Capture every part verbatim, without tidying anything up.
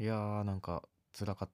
いやーなんか辛かった。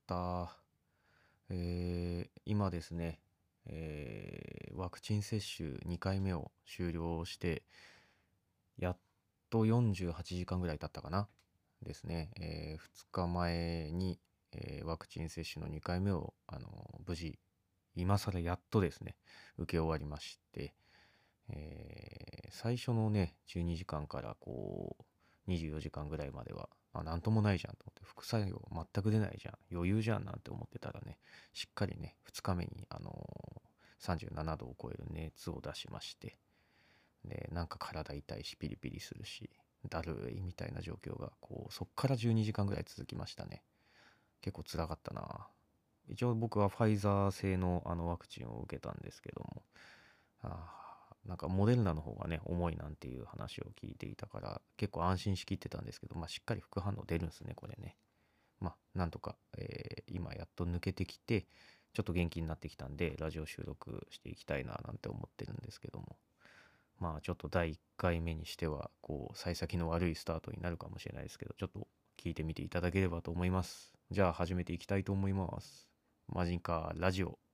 えー今ですね、えーワクチン接種にかいめを終了して、やっとよんじゅうはちじかんぐらい経ったかなですね。えふつかまえに、えーワクチン接種のにかいめを、あの無事、今更やっとですね、受け終わりまして、えー最初のね、じゅうにじかんからこう、にじゅうよじかんぐらいまでは、あ、なんともないじゃんと思って、副作用全く出ないじゃん、余裕じゃんなんて思ってたらね、しっかりね、ふつかめに、あのーさんじゅうななどを超える熱を出しまして、で、なんか体痛いし、ピリピリするし、だるいみたいな状況が、こう、そっからじゅうにじかんぐらい続きましたね。結構辛かったな。一応僕はファイザー製のあのワクチンを受けたんですけども、あーなんかモデルナの方がね、重いなんていう話を聞いていたから、結構安心しきってたんですけど、まあ、しっかり副反応出るんですね、これね。まあ、なんとか、えー今やっと抜けてきて、ちょっと元気になってきたんで、ラジオ収録していきたいななんて思ってるんですけども、まあ、ちょっとだいいっかいめにしては、こう、幸先の悪いスタートになるかもしれないですけど、ちょっと聞いてみていただければと思います。じゃあ、始めていきたいと思います。マジンカーラジオ。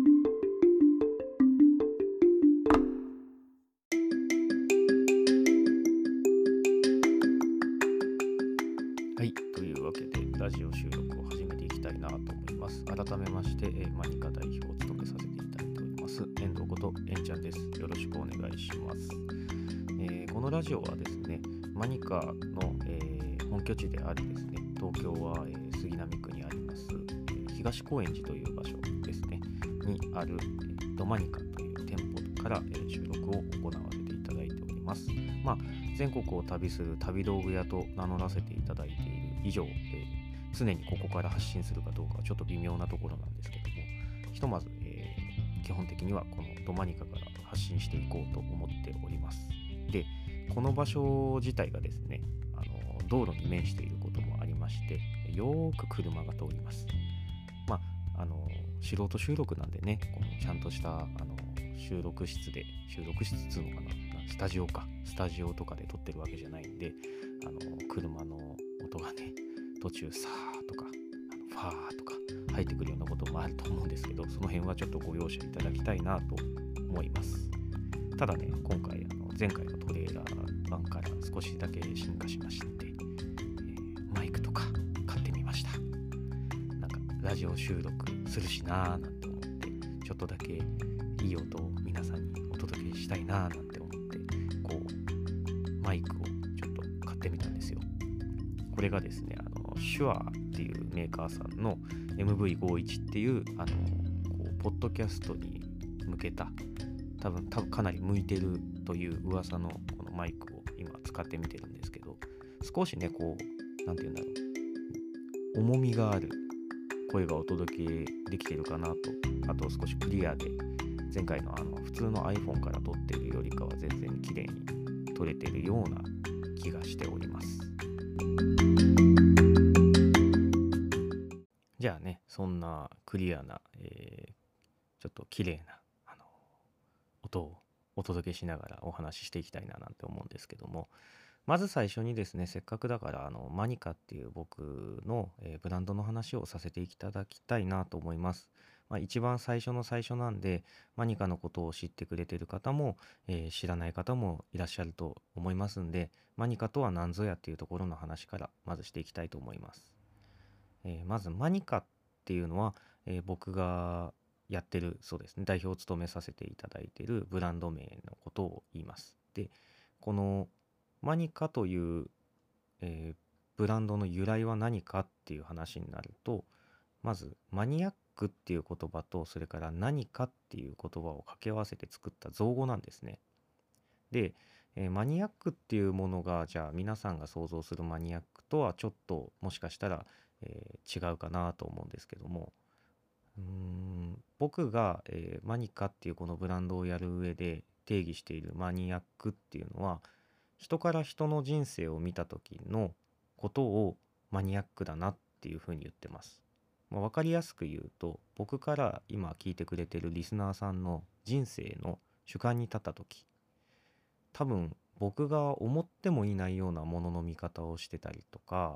はい、というわけでラジオ収録を始めていきたいなと思います。改めまして、えーマニカ代表を務めさせていただいております遠藤ことえんちゃんです。よろしくお願いします。えーこのラジオはですね、マニカの、えー本拠地であるですね、東京は、えー杉並区にあります、えー東高円寺という場所ですね、にある、えードマニカという店舗から、えー収録を行わせていただいております。まあ、全国を旅する旅道具屋と名乗らせていただいている以上、えー常にここから発信するかどうかはちょっと微妙なところなんですけども、ひとまず、えー基本的にはこのドマニカから発信していこうと思っております。で、この場所自体がですね、あの道路に面していることもありまして、よーく車が通ります。まあ、あの素人収録なんでね、このちゃんとしたあの収録室で、収録室っつうのかな、スタジオか、スタジオとかで撮ってるわけじゃないんで、あの車の音がね、途中さーとか、あのファーとか入ってくるようなこともあると思うんですけど、その辺はちょっとご容赦いただきたいなと思います。ただね、今回あの前回のトレーラー版から少しだけ進化しまして、えーマイクとか買ってみました。なんかラジオ収録するしなーなんて思って、ちょっとだけいい音を皆さんにお届けしたいなーなんて思って、こうマイクをちょっと買ってみたんですよ。これがですね、あのシュアっていうメーカーさんの エムブイごじゅういち っていうあのこうポッドキャストに向けた、多分多分かなり向いてるという噂のこのマイクを今使ってみてるんですけど、少しね、こうなんていうんだろう、重みがある声がお届けできてるかなと、あと少しクリアで、前回のあの普通の iPhone から撮っているよりかは全然綺麗に撮れているような気がしております。じゃあね、そんなクリアな、えーちょっと綺麗なあの音をお届けしながらお話ししていきたいななんて思うんですけども、まず最初にですね、せっかくだからあのマニカっていう僕の、えーブランドの話をさせていただきたいなと思います。まあ、一番最初の最初なんで、マニカのことを知ってくれてる方も、えー知らない方もいらっしゃると思いますんで、マニカとは何ぞやっていうところの話からまずしていきたいと思います。えーまずマニカっていうのは、えー僕がやってる、そうですね、代表を務めさせていただいているブランド名のことを言います。で、このマニカという、えーブランドの由来は何かっていう話になると、まずマニアックっていう言葉と、それから何かっていう言葉を掛け合わせて作った造語なんですね。で、えーマニアックっていうものが、じゃあ皆さんが想像するマニアックとはちょっともしかしたら、えー違うかなと思うんですけども、うーん僕が、えーマニカっていうこのブランドをやる上で定義しているマニアックっていうのは、人から人の人生を見た時のことをマニアックだなっていうふうに言ってます。まあ、分かりやすく言うと、僕から今聞いてくれてるリスナーさんの人生の主観に立った時、多分僕が思ってもいないようなものの見方をしてたりとか、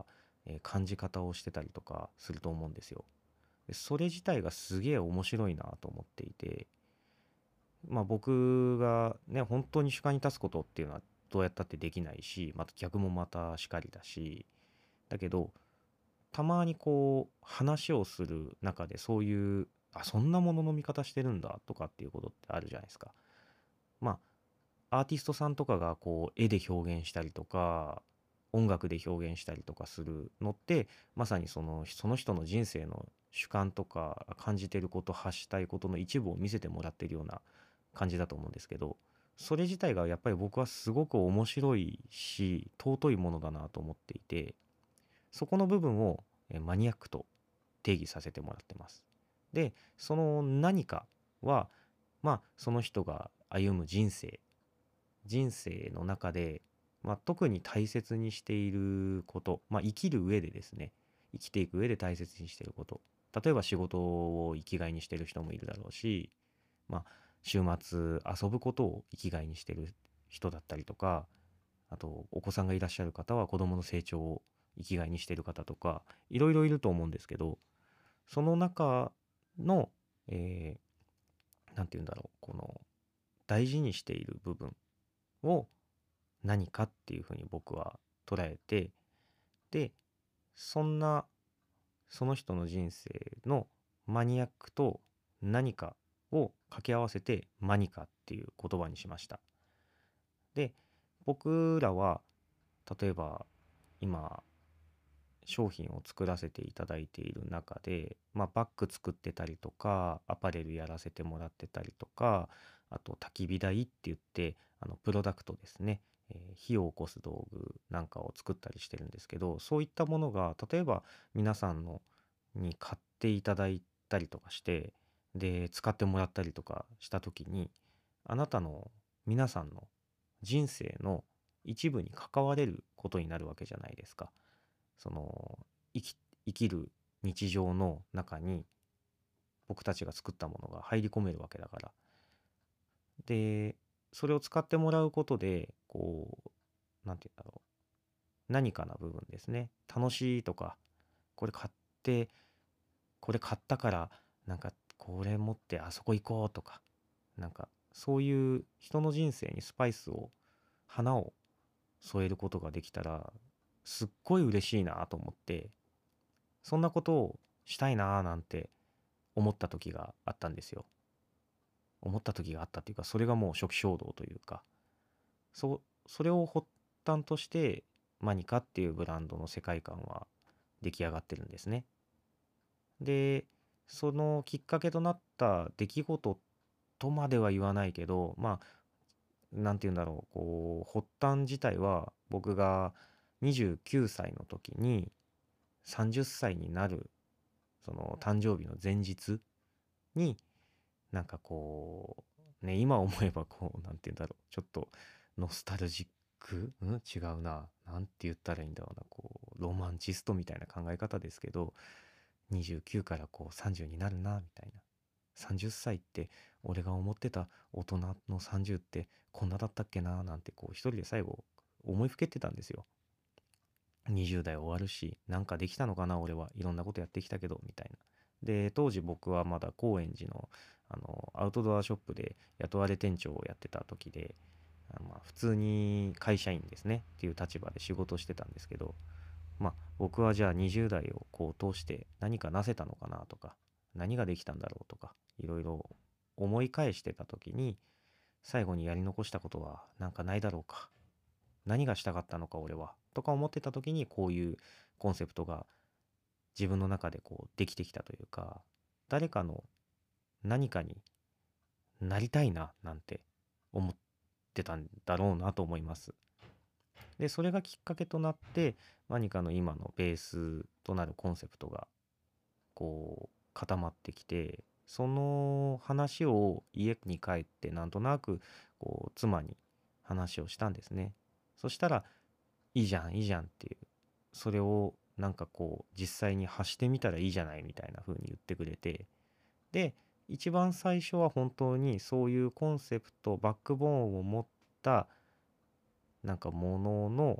えー感じ方をしてたりとかすると思うんですよ。でそれ自体がすげえ面白いなと思っていて、まあ僕がね本当に主観に立つことっていうのはどうやったってできないし、また逆もまたしかりだし、だけどたまにこう話をする中でそういう、あ、そんなものの見方してるんだとかっていうことってあるじゃないですか。まあアーティストさんとかがこう絵で表現したりとか音楽で表現したりとかするのってまさにそのその人の人生の主観とか感じてること発したいことの一部を見せてもらってるような感じだと思うんですけど、それ自体がやっぱり僕はすごく面白いし尊いものだなと思っていて、そこの部分をえマニアックと定義させてもらってます。でその何かはまあその人が歩む人生人生の中で、まあ、特に大切にしていること、まあ、生きる上でですね、生きていく上で大切にしていること、例えば仕事を生きがいにしている人もいるだろうし、まあ、週末遊ぶことを生きがいにしている人だったりとか、あとお子さんがいらっしゃる方は子どもの成長を生きがいにしている方とかいろいろいると思うんですけど、その中の、えー、なんて言うんだろう、この大事にしている部分を何かっていうふうに僕は捉えて、でそんなその人の人生のマニアックと何かを掛け合わせてマニカっていう言葉にしました。で僕らは例えば今商品を作らせていただいている中で、まあ、バッグ作ってたりとかアパレルやらせてもらってたりとか、あと焚き火台って言ってあのプロダクトですね、えー火を起こす道具なんかを作ったりしてるんですけど、そういったものが例えば皆さんのに買っていただいたりとかして、で使ってもらったりとかした時に、あなたの皆さんの人生の一部に関われることになるわけじゃないですか。その生き、生きる日常の中に僕たちが作ったものが入り込めるわけだから。でそれを使ってもらうことでこうなんて言うんだろう、何かな部分ですね、楽しいとか、これ買ってこれ買ったからなんかこれ持ってあそこ行こうとか、なんかそういう人の人生にスパイスを花を添えることができたらすっごい嬉しいなと思って、そんなことをしたいなーなんて思った時があったんですよ。思った時があったっていうか、それがもう初期衝動というか、そうそれを発端としてマニカっていうブランドの世界観は出来上がってるんですね。でそのきっかけとなった出来事とまでは言わないけど、まあなんて言うんだろう、こう発端自体は僕がにじゅうきゅうさいの時にさんじゅっさいになるその誕生日の前日になんかこうね、今思えばこうなんて言うんだろう、ちょっとノスタルジック、うん違うな、なんて言ったらいいんだろうな、こうロマンチストみたいな考え方ですけど、にじゅうきゅうからこうさんじゅうになるなみたいな、さんじゅっさいって俺が思ってた大人のさんじゅうってこんなだったっけななんてこう一人で最後思いふけってたんですよ。にじゅう代終わるし、なんかできたのかな俺はいろんなことやってきたけどみたいな。で当時僕はまだ高円寺のあのアウトドアショップで雇われ店長をやってた時で、あまあ普通に会社員ですねっていう立場で仕事をしてたんですけど、まあ僕はじゃあにじゅう代をこう通して何かなせたのかなとか、何ができたんだろうとかいろいろ思い返してた時に、最後にやり残したことはなんかないだろうか、何がしたかったのか俺はとか思ってた時に、こういうコンセプトが自分の中でこうできてきたというか、誰かの何かになりたいななんて思ってたんだろうなと思います。でそれがきっかけとなって何かの今のベースとなるコンセプトがこう固まってきて、その話を家に帰ってなんとなくこう妻に話をしたんですね。そしたらいいじゃんいいじゃんっていう、それをなんかこう実際に発してみたらいいじゃないみたいな風に言ってくれて、で一番最初は本当にそういうコンセプトバックボーンを持ったなんかものの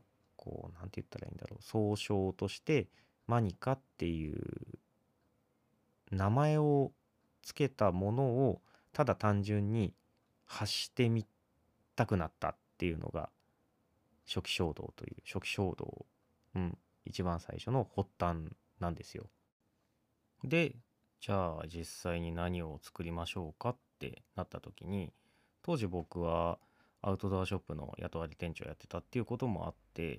こうなんて言ったらいいんだろう、総称としてマニカっていう名前をつけたものをただ単純に発してみたくなったっていうのが初期衝動という初期衝動、うん、一番最初の発端なんですよ。で、じゃあ実際に何を作りましょうかってなった時に、当時僕はアウトドアショップの雇われ店長やってたっていうこともあって、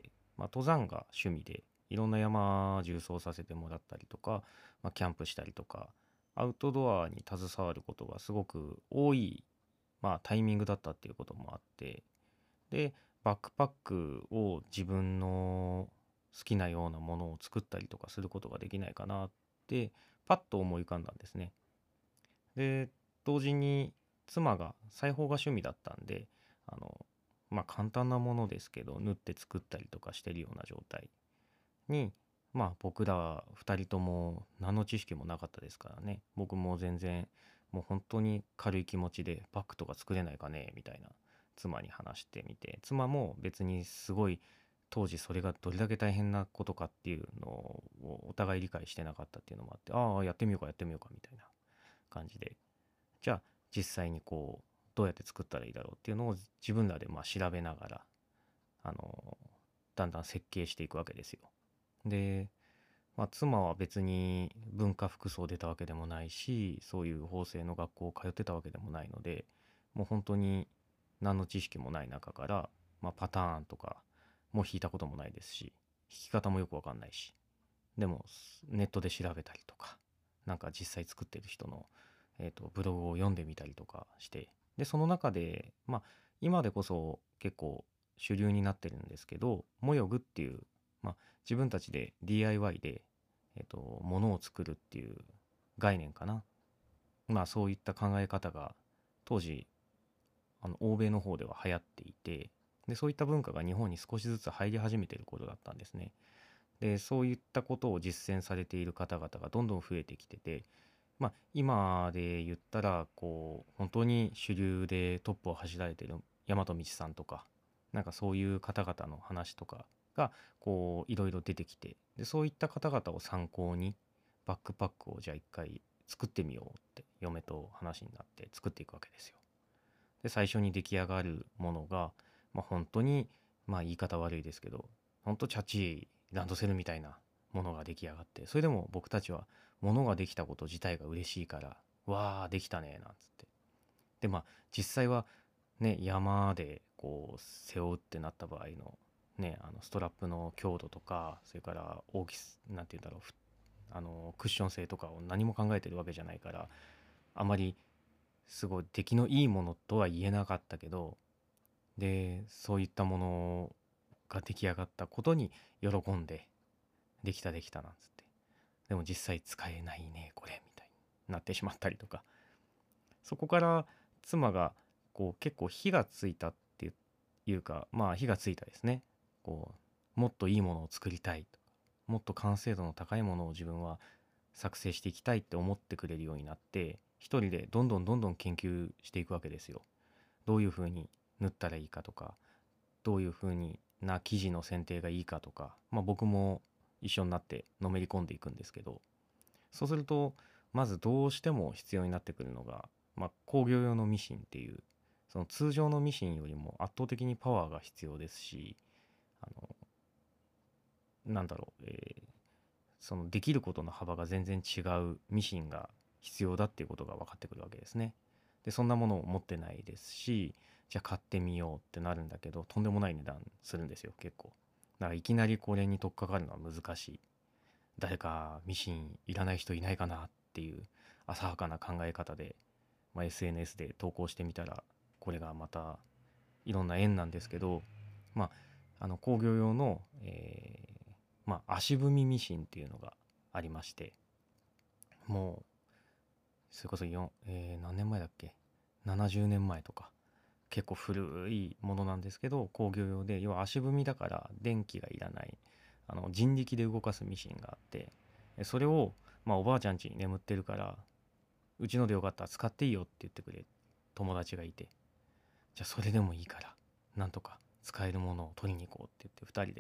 まあ、登山が趣味でいろんな山縦走させてもらったりとか、まあ、キャンプしたりとかアウトドアに携わることがすごく多い、まあ、タイミングだったっていうこともあって、でバックパックを自分の好きなようなものを作ったりとかすることができないかなってパッと思い浮かんだんですね。で同時に妻が裁縫が趣味だったんで、あのまあ簡単なものですけど縫って作ったりとかしてるような状態に、まあ僕らふたりとも何の知識もなかったですからね。僕も全然もう本当に軽い気持ちでバッグとか作れないかねみたいな妻に話してみて、妻も別にすごい当時それがどれだけ大変なことかっていうのをお互い理解してなかったっていうのもあって、ああやってみようかやってみようかみたいな感じで、じゃあ実際にこうどうやって作ったらいいだろうっていうのを自分らでまあ調べながら、あのだんだん設計していくわけですよ。で、まあ、妻は別に文化服装出たわけでもないし、そういう縫製の学校を通ってたわけでもないので、もう本当に何の知識もない中から、まあ、パターンとかも弾いたこともないですし、弾き方もよくわかんないし、でもネットで調べたりとか、なんか実際作ってる人の、えーと、ブログを読んでみたりとかして、でその中で、まあ、今でこそ結構主流になってるんですけど、モヨグっていう、まあ、自分たちで ディーアイワイ で、えーと、ものを作るっていう概念かな。まあそういった考え方が当時あの欧米の方では流行っていて、でそういった文化が日本に少しずつ入り始めている頃だったんですね。でそういったことを実践されている方々がどんどん増えてきてて、まあ今で言ったらこう本当に主流でトップを走られている大和道さんとか、なんかそういう方々の話とかがこういろいろ出てきて、でそういった方々を参考にバックパックをじゃあ一回作ってみようって嫁と話になって作っていくわけですよ。で最初に出来上がるものが、まあ、本当に、まあ言い方悪いですけど、本当チャチいランドセルみたいなものが出来上がって、それでも僕たちは物ができたこと自体が嬉しいから、わあできたねなんつって、でまあ実際はね、山でこう背負うってなった場合のね、あのストラップの強度とか、それから大きすなんて言うんだろう、ふあのクッション性とかを何も考えてるわけじゃないから、あまりすごい出来のいいものとは言えなかったけど、でそういったものが出来上がったことに喜んで、できたできたなんつって、でも実際使えないねこれみたいになってしまったりとか、そこから妻がこう結構火がついたっていうか、まあ火がついたですね。こうもっといいものを作りたいとか、もっと完成度の高いものを自分は作成していきたいって思ってくれるようになって、一人でどんどんどんどん研究していくわけですよ。どういうふうに縫ったらいいかとか、どういうふうにな生地の選定がいいかとか、まあ僕も一緒になってのめり込んでいくんですけど、そうするとまずどうしても必要になってくるのが、まあ、工業用のミシンっていう、その通常のミシンよりも圧倒的にパワーが必要ですし、あのなんだろう、えーそのできることの幅が全然違うミシンが必要だっていうことが分かってくるわけですね。でそんなものを持ってないですし、じゃあ買ってみようってなるんだけど、とんでもない値段するんですよ結構。だからいきなりこれに取っかかるのは難しい。誰かミシンいらない人いないかなっていう浅はかな考え方で、まあ、エスエヌエス で投稿してみたら、これがまたいろんな縁なんですけど、まあ、あの工業用の、えーまあ、足踏みミシンっていうのがありまして、もうそれこそよえー何年前だっけ、ななじゅうねんまえとか、結構古いものなんですけど、工業用で、要は足踏みだから電気がいらない、あの人力で動かすミシンがあって、それを、まあ、おばあちゃん家に眠ってるからうちのでよかったら使っていいよって言ってくれる友達がいて、じゃあそれでもいいからなんとか使えるものを取りに行こうって言ってふたりで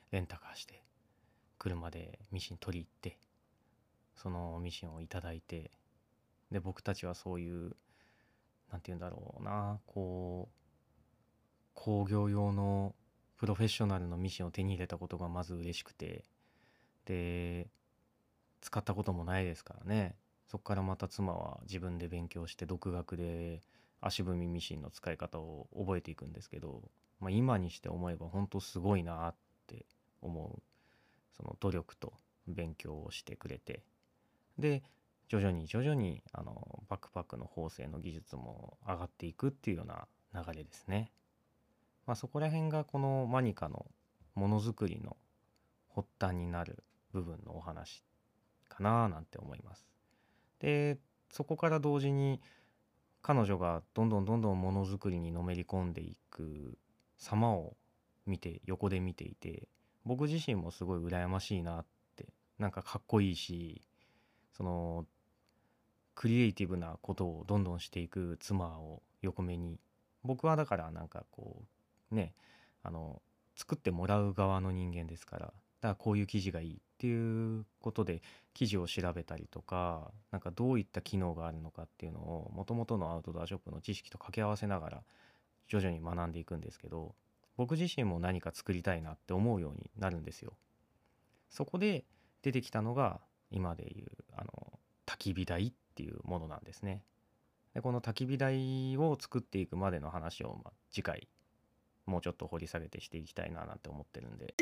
レンタカーして車でミシン取り行って、そのミシンをいただいて、で僕たちはそういうなんて言うんだろうな、こう工業用のプロフェッショナルのミシンを手に入れたことがまず嬉しくて、で使ったこともないですからね。そこからまた妻は自分で勉強して独学で足踏みミシンの使い方を覚えていくんですけど、まあ、今にして思えば本当すごいなって思う。その努力と勉強をしてくれて、で徐々に徐々にあのバックパックの縫製の技術も上がっていくっていうような流れですね。まあ、そこら辺がこのマニカのものづくりの発端になる部分のお話かななんて思います。でそこから同時に彼女がどんどんどんどんものづくりにのめり込んでいく様を見て横で見ていて、僕自身もすごい羨ましいなって、なんかかっこいいし、そのクリエイティブなことをどんどんしていく妻を横目に、僕はだからなんかこうね、あの作ってもらう側の人間ですから、だからこういう生地がいいっていうことで生地を調べたりとか、なんかどういった機能があるのかっていうのをもともとのアウトドアショップの知識と掛け合わせながら徐々に学んでいくんですけど、僕自身も何か作りたいなって思うようになるんですよ。そこで出てきたのが今でいうあの焚き火台っていうものなんですね。でこの焚き火台を作っていくまでの話を、まあ、次回もうちょっと掘り下げてしていきたいななんて思ってるんで、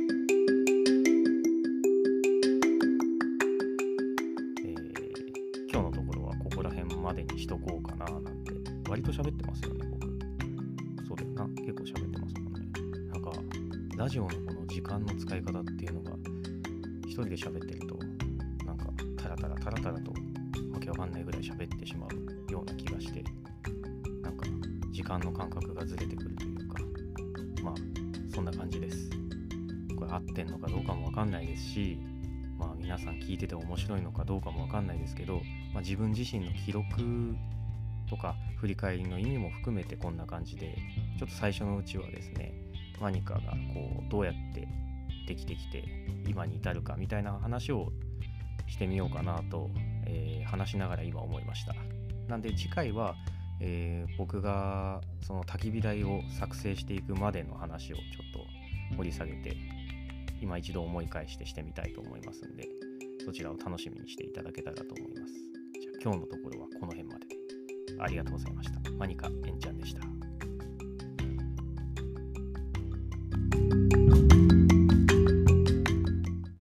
えー今日のところはここら辺までにしとこうかななんて。割と喋ってますよね僕。そうだよな、結構喋ってますもんね。なんかラジオのこの時間の使い方っていうのが一人で喋ってるとなんかタラタラタラタラとわけわかんないぐらい喋ってしまうような気がして、なんか時間の感覚がずれてくるというか、まあそんな感じです。これ合ってんのかどうかもわかんないですし、まあ皆さん聞いてて面白いのかどうかもわかんないですけど、まあ、自分自身の記録とか振り返りの意味も含めてこんな感じで、ちょっと最初のうちはですね、マニカがこうどうやってできてきて今に至るかみたいな話をしてみようかなと、えー話しながら今思いました。なんで次回は、えー僕がその焚き火台を作成していくまでの話をちょっと掘り下げて今一度思い返してしてみたいと思いますんで、そちらを楽しみにしていただけたらと思います。じゃあ今日のところはこの辺までで。ありがとうございました。マニカえんちゃんでした。